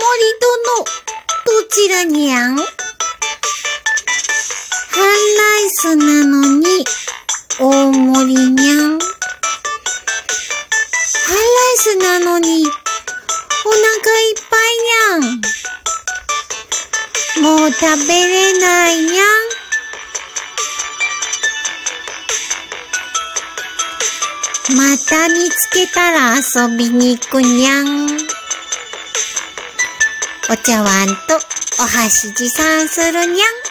殿、どちらにゃん？半ライスなのに、大盛りにゃん。半ライスなのに、お腹いっぱいにゃん。もう食べれないにゃん。また見つけたら遊びに行くにゃん。お茶碗とお箸持参するにゃん。